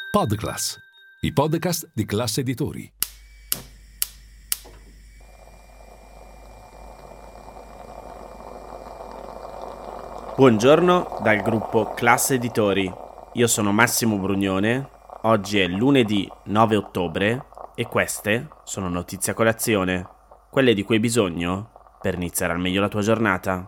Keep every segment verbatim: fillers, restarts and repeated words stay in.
Podclass, i podcast di Classe Editori. Buongiorno dal gruppo Classe Editori. Io sono Massimo Brugnone. Oggi è lunedì nove ottobre e queste sono notizie a colazione, quelle di cui hai bisogno per iniziare al meglio la tua giornata.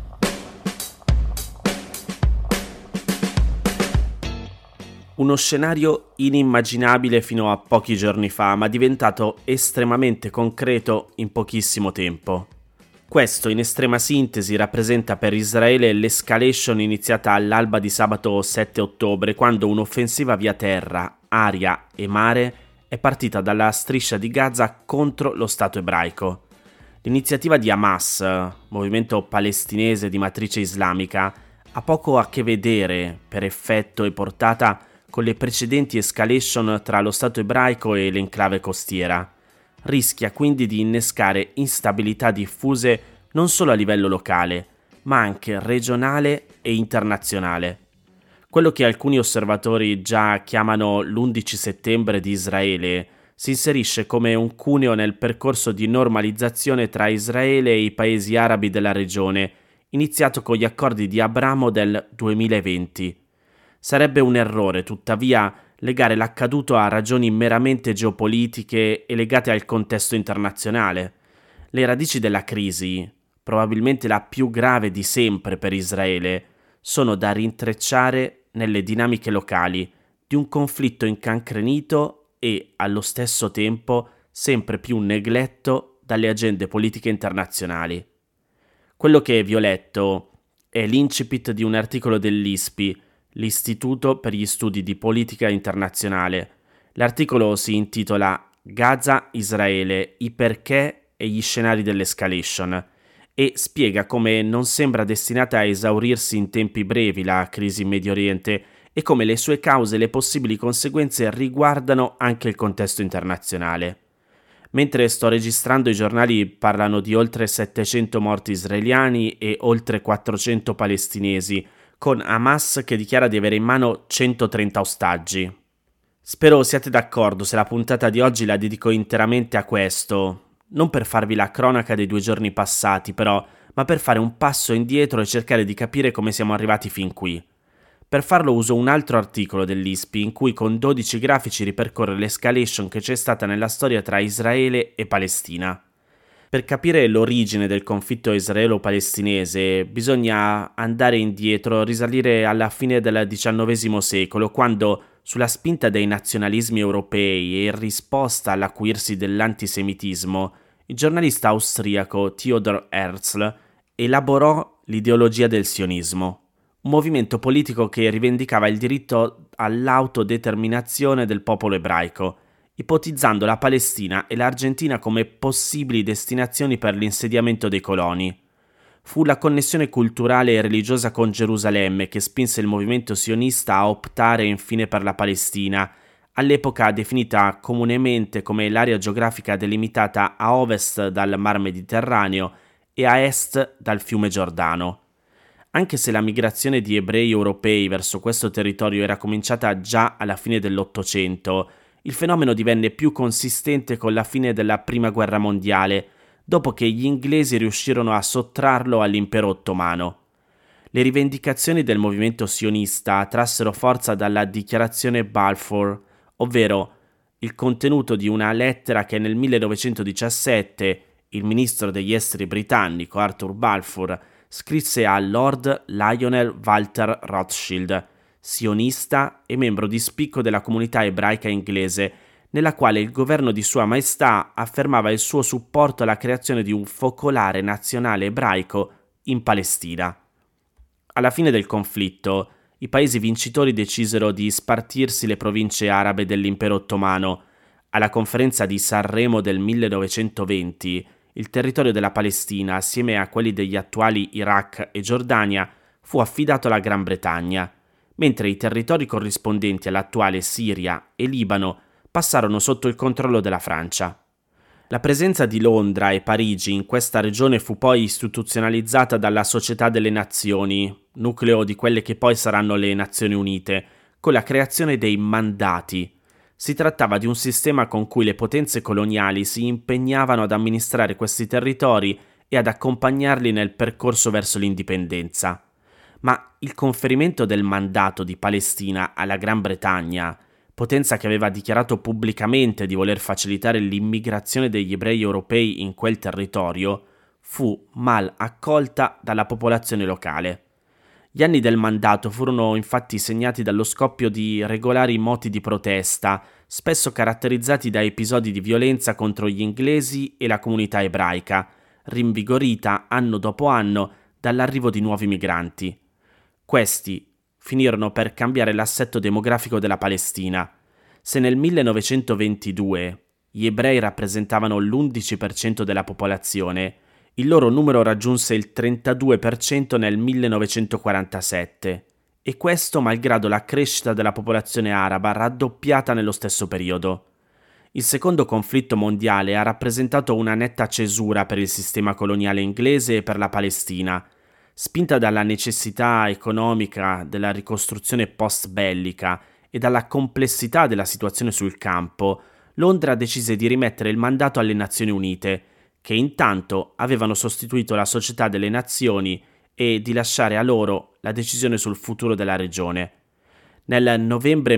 Uno scenario inimmaginabile fino a pochi giorni fa, ma diventato estremamente concreto in pochissimo tempo. Questo, in estrema sintesi, rappresenta per Israele l'escalation iniziata all'alba di sabato sette ottobre, quando un'offensiva via terra, aria e mare è partita dalla striscia di Gaza contro lo Stato ebraico. L'iniziativa di Hamas, movimento palestinese di matrice islamica, ha poco a che vedere, per effetto e portata, con le precedenti escalation tra lo Stato ebraico e l'enclave costiera. Rischia quindi di innescare instabilità diffuse non solo a livello locale, ma anche regionale e internazionale. Quello che alcuni osservatori già chiamano l'undici settembre di Israele si inserisce come un cuneo nel percorso di normalizzazione tra Israele e i paesi arabi della regione, iniziato con gli accordi di Abramo del duemilaventi. Sarebbe un errore, tuttavia, legare l'accaduto a ragioni meramente geopolitiche e legate al contesto internazionale. Le radici della crisi, probabilmente la più grave di sempre per Israele, sono da rintrecciare nelle dinamiche locali di un conflitto incancrenito e, allo stesso tempo, sempre più negletto dalle agende politiche internazionali. Quello che vi ho letto è l'incipit di un articolo dell'I S P I, l'Istituto per gli Studi di Politica Internazionale. L'articolo si intitola Gaza, Israele, i perché e gli scenari dell'escalation e spiega come non sembra destinata a esaurirsi in tempi brevi la crisi in Medio Oriente e come le sue cause e le possibili conseguenze riguardano anche il contesto internazionale. Mentre sto registrando, i giornali parlano di oltre settecento morti israeliani e oltre quattrocento palestinesi, con Hamas che dichiara di avere in mano centotrenta ostaggi. Spero siate d'accordo se la puntata di oggi la dedico interamente a questo, non per farvi la cronaca dei due giorni passati però, ma per fare un passo indietro e cercare di capire come siamo arrivati fin qui. Per farlo uso un altro articolo dell'I S P I in cui con dodici grafici ripercorre l'escalation che c'è stata nella storia tra Israele e Palestina. Per capire l'origine del conflitto israelo-palestinese bisogna andare indietro, risalire alla fine del diciannovesimo secolo, quando, sulla spinta dei nazionalismi europei e in risposta all'acuirsi dell'antisemitismo, il giornalista austriaco Theodor Herzl elaborò l'ideologia del sionismo, un movimento politico che rivendicava il diritto all'autodeterminazione del popolo ebraico, ipotizzando la Palestina e l'Argentina come possibili destinazioni per l'insediamento dei coloni. Fu la connessione culturale e religiosa con Gerusalemme che spinse il movimento sionista a optare infine per la Palestina, all'epoca definita comunemente come l'area geografica delimitata a ovest dal Mar Mediterraneo e a est dal fiume Giordano. Anche se la migrazione di ebrei europei verso questo territorio era cominciata già alla fine dell'Ottocento, il fenomeno divenne più consistente con la fine della Prima Guerra Mondiale, dopo che gli inglesi riuscirono a sottrarlo all'impero ottomano. Le rivendicazioni del movimento sionista trassero forza dalla Dichiarazione Balfour, ovvero il contenuto di una lettera che nel millenovecentodiciassette il ministro degli esteri britannico Arthur Balfour scrisse a Lord Lionel Walter Rothschild, sionista e membro di spicco della comunità ebraica inglese, nella quale il governo di Sua Maestà affermava il suo supporto alla creazione di un focolare nazionale ebraico in Palestina. Alla fine del conflitto, i paesi vincitori decisero di spartirsi le province arabe dell'impero ottomano. Alla conferenza di Sanremo del millenovecentoventi, il territorio della Palestina, assieme a quelli degli attuali Iraq e Giordania, fu affidato alla Gran Bretagna, mentre i territori corrispondenti all'attuale Siria e Libano passarono sotto il controllo della Francia. La presenza di Londra e Parigi in questa regione fu poi istituzionalizzata dalla Società delle Nazioni, nucleo di quelle che poi saranno le Nazioni Unite, con la creazione dei mandati. Si trattava di un sistema con cui le potenze coloniali si impegnavano ad amministrare questi territori e ad accompagnarli nel percorso verso l'indipendenza. Ma il conferimento del mandato di Palestina alla Gran Bretagna, potenza che aveva dichiarato pubblicamente di voler facilitare l'immigrazione degli ebrei europei in quel territorio, fu mal accolta dalla popolazione locale. Gli anni del mandato furono infatti segnati dallo scoppio di regolari moti di protesta, spesso caratterizzati da episodi di violenza contro gli inglesi e la comunità ebraica, rinvigorita anno dopo anno dall'arrivo di nuovi migranti. Questi finirono per cambiare l'assetto demografico della Palestina. Se nel millenovecentoventidue gli ebrei rappresentavano l'undici per cento della popolazione, il loro numero raggiunse il trentadue per cento nel millenovecentoquarantasette, e questo malgrado la crescita della popolazione araba raddoppiata nello stesso periodo. Il secondo conflitto mondiale ha rappresentato una netta cesura per il sistema coloniale inglese e per la Palestina. Spinta dalla necessità economica della ricostruzione post-bellica e dalla complessità della situazione sul campo, Londra decise di rimettere il mandato alle Nazioni Unite, che intanto avevano sostituito la Società delle Nazioni, e di lasciare a loro la decisione sul futuro della regione. Nel novembre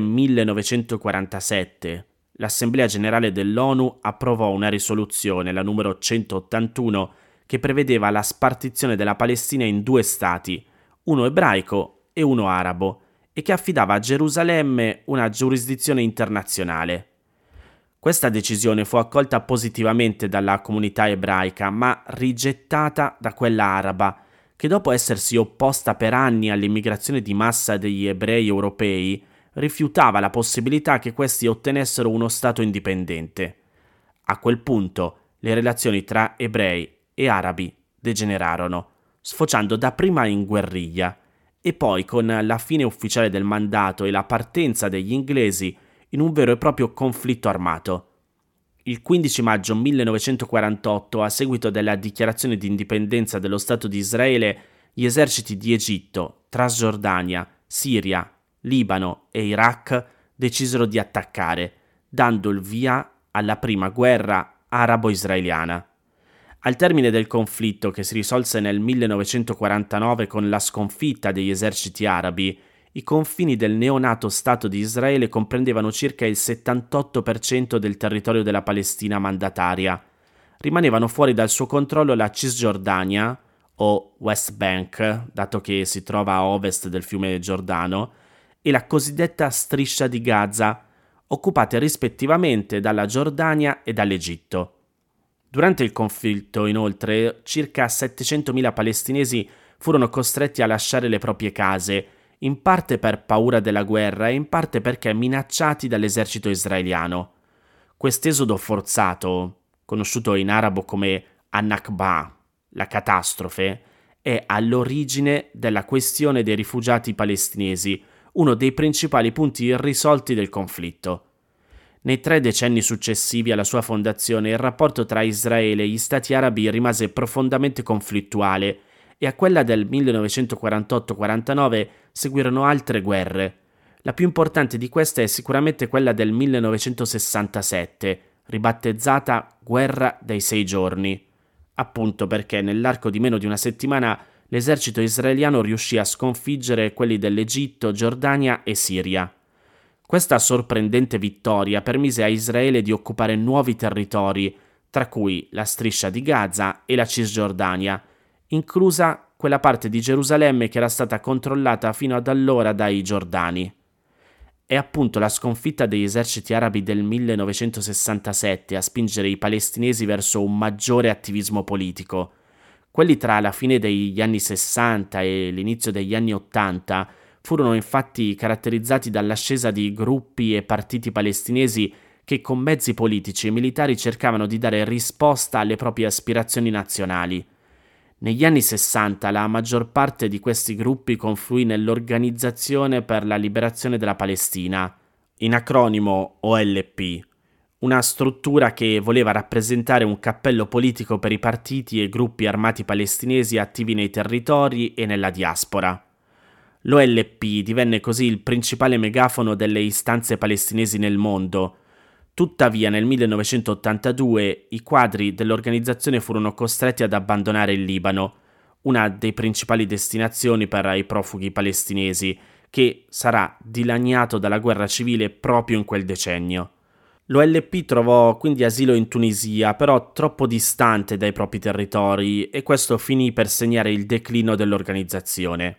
millenovecentoquarantasette, l'Assemblea Generale dell'ONU approvò una risoluzione, la numero centottantuno, che prevedeva la spartizione della Palestina in due stati, uno ebraico e uno arabo, e che affidava a Gerusalemme una giurisdizione internazionale. Questa decisione fu accolta positivamente dalla comunità ebraica, ma rigettata da quella araba, che dopo essersi opposta per anni all'immigrazione di massa degli ebrei europei, rifiutava la possibilità che questi ottenessero uno stato indipendente. A quel punto le relazioni tra ebrei e arabi degenerarono, sfociando dapprima in guerriglia e poi, con la fine ufficiale del mandato e la partenza degli inglesi, in un vero e proprio conflitto armato. Il quindici maggio millenovecentoquarantotto, a seguito della dichiarazione di indipendenza dello Stato di Israele, gli eserciti di Egitto, Transgiordania, Siria, Libano e Iraq decisero di attaccare, dando il via alla prima guerra arabo-israeliana. Al termine del conflitto, che si risolse nel millenovecentoquarantanove con la sconfitta degli eserciti arabi, i confini del neonato Stato di Israele comprendevano circa il settantotto per cento del territorio della Palestina mandataria. Rimanevano fuori dal suo controllo la Cisgiordania, o West Bank, dato che si trova a ovest del fiume Giordano, e la cosiddetta Striscia di Gaza, occupate rispettivamente dalla Giordania e dall'Egitto. Durante il conflitto, inoltre, circa settecentomila palestinesi furono costretti a lasciare le proprie case, in parte per paura della guerra e in parte perché minacciati dall'esercito israeliano. Quest'esodo forzato, conosciuto in arabo come An-Nakba, la catastrofe, è all'origine della questione dei rifugiati palestinesi, uno dei principali punti irrisolti del conflitto. Nei tre decenni successivi alla sua fondazione, il rapporto tra Israele e gli stati arabi rimase profondamente conflittuale, e a quella del millenovecentoquarantotto quarantanove seguirono altre guerre. La più importante di queste è sicuramente quella del millenovecentosessantasette, ribattezzata Guerra dei Sei Giorni, appunto perché nell'arco di meno di una settimana l'esercito israeliano riuscì a sconfiggere quelli dell'Egitto, Giordania e Siria. Questa sorprendente vittoria permise a Israele di occupare nuovi territori, tra cui la Striscia di Gaza e la Cisgiordania, inclusa quella parte di Gerusalemme che era stata controllata fino ad allora dai Giordani. È appunto la sconfitta degli eserciti arabi del millenovecentosessantasette a spingere i palestinesi verso un maggiore attivismo politico. Quelli tra la fine degli anni sessanta e l'inizio degli anni ottanta furono infatti caratterizzati dall'ascesa di gruppi e partiti palestinesi che con mezzi politici e militari cercavano di dare risposta alle proprie aspirazioni nazionali. Negli anni sessanta la maggior parte di questi gruppi confluì nell'Organizzazione per la Liberazione della Palestina, in acronimo O L P, una struttura che voleva rappresentare un cappello politico per i partiti e gruppi armati palestinesi attivi nei territori e nella diaspora. L'O L P divenne così il principale megafono delle istanze palestinesi nel mondo. Tuttavia, nel millenovecentottantadue i quadri dell'organizzazione furono costretti ad abbandonare il Libano, una dei principali destinazioni per i profughi palestinesi, che sarà dilaniato dalla guerra civile proprio in quel decennio. L'O L P trovò quindi asilo in Tunisia, però troppo distante dai propri territori, e questo finì per segnare il declino dell'organizzazione.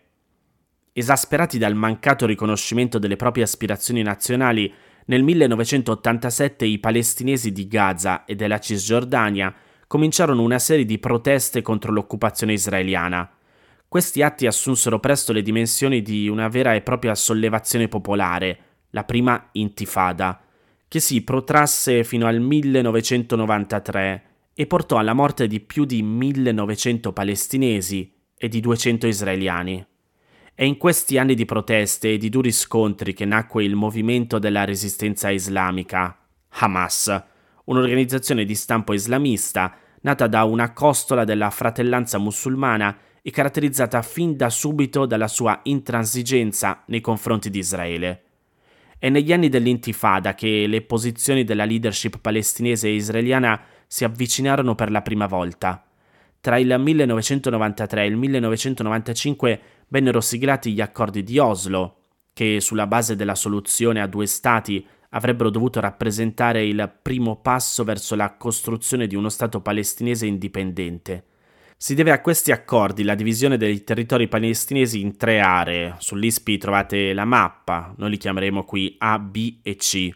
Esasperati dal mancato riconoscimento delle proprie aspirazioni nazionali, nel millenovecentottantasette i palestinesi di Gaza e della Cisgiordania cominciarono una serie di proteste contro l'occupazione israeliana. Questi atti assunsero presto le dimensioni di una vera e propria sollevazione popolare, la prima Intifada, che si protrasse fino al millenovecentonovantatré e portò alla morte di più di millenovecento palestinesi e di duecento israeliani. È in questi anni di proteste e di duri scontri che nacque il movimento della resistenza islamica, Hamas, un'organizzazione di stampo islamista nata da una costola della fratellanza musulmana e caratterizzata fin da subito dalla sua intransigenza nei confronti di Israele. È negli anni dell'Intifada che le posizioni della leadership palestinese e israeliana si avvicinarono per la prima volta. Tra il millenovecentonovantatré e il millenovecentonovantacinque vennero siglati gli accordi di Oslo, che sulla base della soluzione a due stati avrebbero dovuto rappresentare il primo passo verso la costruzione di uno Stato palestinese indipendente. Si deve a questi accordi la divisione dei territori palestinesi in tre aree. Sull'I S P I trovate la mappa, noi li chiameremo qui A, B e C,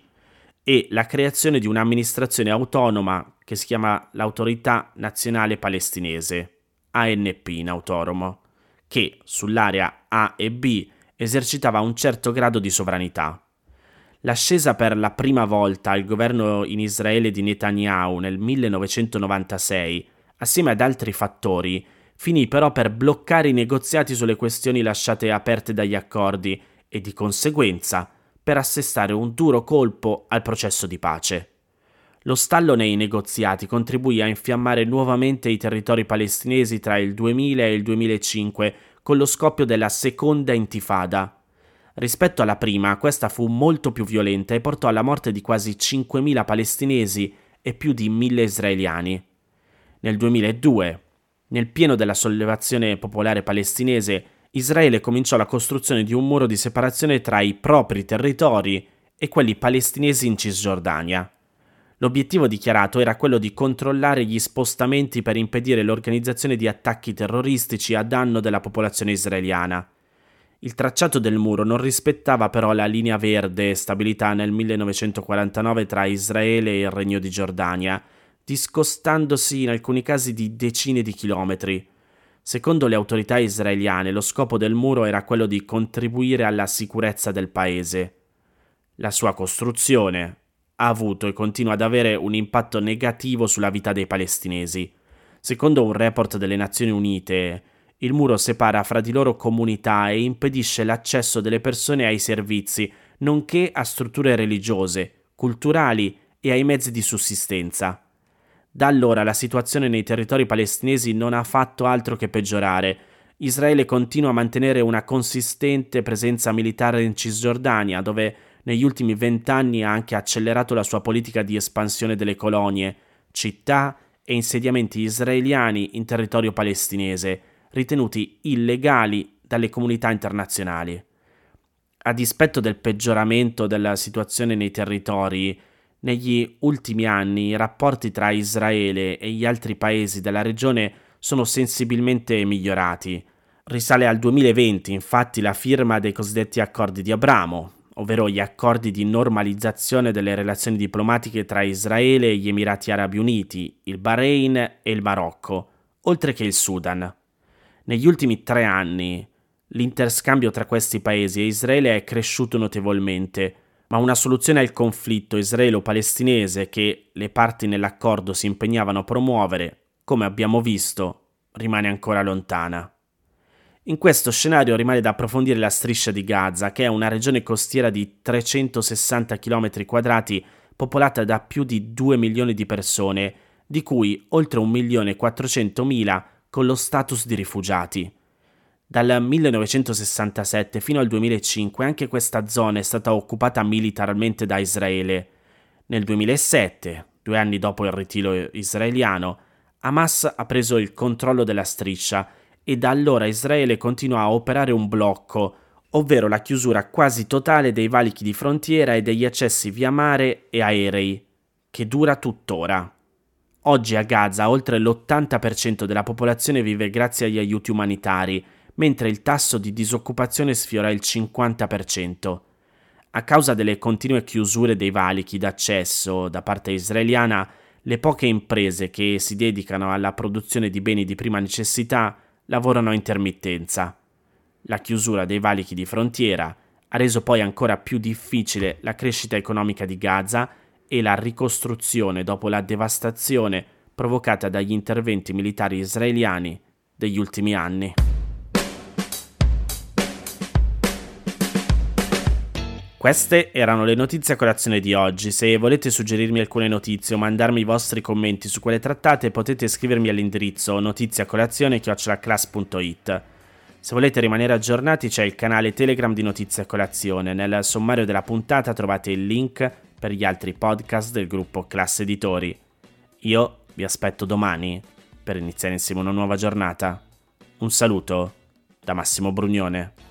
e la creazione di un'amministrazione autonoma che si chiama l'Autorità Nazionale Palestinese, A N P in autoromo, che sull'area A e B esercitava un certo grado di sovranità. L'ascesa per la prima volta al governo in Israele di Netanyahu nel millenovecentonovantasei, assieme ad altri fattori, finì però per bloccare i negoziati sulle questioni lasciate aperte dagli accordi e di conseguenza per assestare un duro colpo al processo di pace. Lo stallo nei negoziati contribuì a infiammare nuovamente i territori palestinesi tra il duemila e il duemilacinque con lo scoppio della seconda Intifada. Rispetto alla prima, questa fu molto più violenta e portò alla morte di quasi cinquemila palestinesi e più di mille israeliani. Nel duemiladue, nel pieno della sollevazione popolare palestinese, Israele cominciò la costruzione di un muro di separazione tra i propri territori e quelli palestinesi in Cisgiordania. L'obiettivo dichiarato era quello di controllare gli spostamenti per impedire l'organizzazione di attacchi terroristici a danno della popolazione israeliana. Il tracciato del muro non rispettava però la linea verde stabilita nel millenovecentoquarantanove tra Israele e il Regno di Giordania, discostandosi in alcuni casi di decine di chilometri. Secondo le autorità israeliane, lo scopo del muro era quello di contribuire alla sicurezza del paese. La sua costruzione ha avuto e continua ad avere un impatto negativo sulla vita dei palestinesi. Secondo un report delle Nazioni Unite, il muro separa fra di loro comunità e impedisce l'accesso delle persone ai servizi, nonché a strutture religiose, culturali e ai mezzi di sussistenza. Da allora la situazione nei territori palestinesi non ha fatto altro che peggiorare. Israele continua a mantenere una consistente presenza militare in Cisgiordania, dove negli ultimi vent'anni ha anche accelerato la sua politica di espansione delle colonie, città e insediamenti israeliani in territorio palestinese, ritenuti illegali dalle comunità internazionali. A dispetto del peggioramento della situazione nei territori, negli ultimi anni i rapporti tra Israele e gli altri paesi della regione sono sensibilmente migliorati. Risale al duemilaventi, infatti, la firma dei cosiddetti accordi di Abramo, ovvero gli accordi di normalizzazione delle relazioni diplomatiche tra Israele e gli Emirati Arabi Uniti, il Bahrain e il Marocco, oltre che il Sudan. Negli ultimi tre anni l'interscambio tra questi paesi e Israele è cresciuto notevolmente, ma una soluzione al conflitto israelo-palestinese che le parti nell'accordo si impegnavano a promuovere, come abbiamo visto, rimane ancora lontana. In questo scenario rimane da approfondire la striscia di Gaza, che è una regione costiera di trecentosessanta chilometri quadrati popolata da più di due milioni di persone, di cui oltre un milione e quattrocentomila con lo status di rifugiati. Dal millenovecentosessantasette fino al duemilacinque anche questa zona è stata occupata militarmente da Israele. Nel duemilasette, due anni dopo il ritiro israeliano, Hamas ha preso il controllo della striscia e da allora Israele continua a operare un blocco, ovvero la chiusura quasi totale dei valichi di frontiera e degli accessi via mare e aerei, che dura tuttora. Oggi a Gaza oltre l'ottanta per cento della popolazione vive grazie agli aiuti umanitari, mentre il tasso di disoccupazione sfiora il cinquanta per cento. A causa delle continue chiusure dei valichi d'accesso da parte israeliana, le poche imprese che si dedicano alla produzione di beni di prima necessità lavorano a intermittenza. La chiusura dei valichi di frontiera ha reso poi ancora più difficile la crescita economica di Gaza e la ricostruzione dopo la devastazione provocata dagli interventi militari israeliani degli ultimi anni. Queste erano le notizie a colazione di oggi. Se volete suggerirmi alcune notizie o mandarmi i vostri commenti su quelle trattate, potete scrivermi all'indirizzo notiziacolazione chiocciola class punto it. Se volete rimanere aggiornati c'è il canale Telegram di Notizie a Colazione. Nel sommario della puntata trovate il link per gli altri podcast del gruppo Class Editori. Io vi aspetto domani per iniziare insieme una nuova giornata. Un saluto da Massimo Brugnone.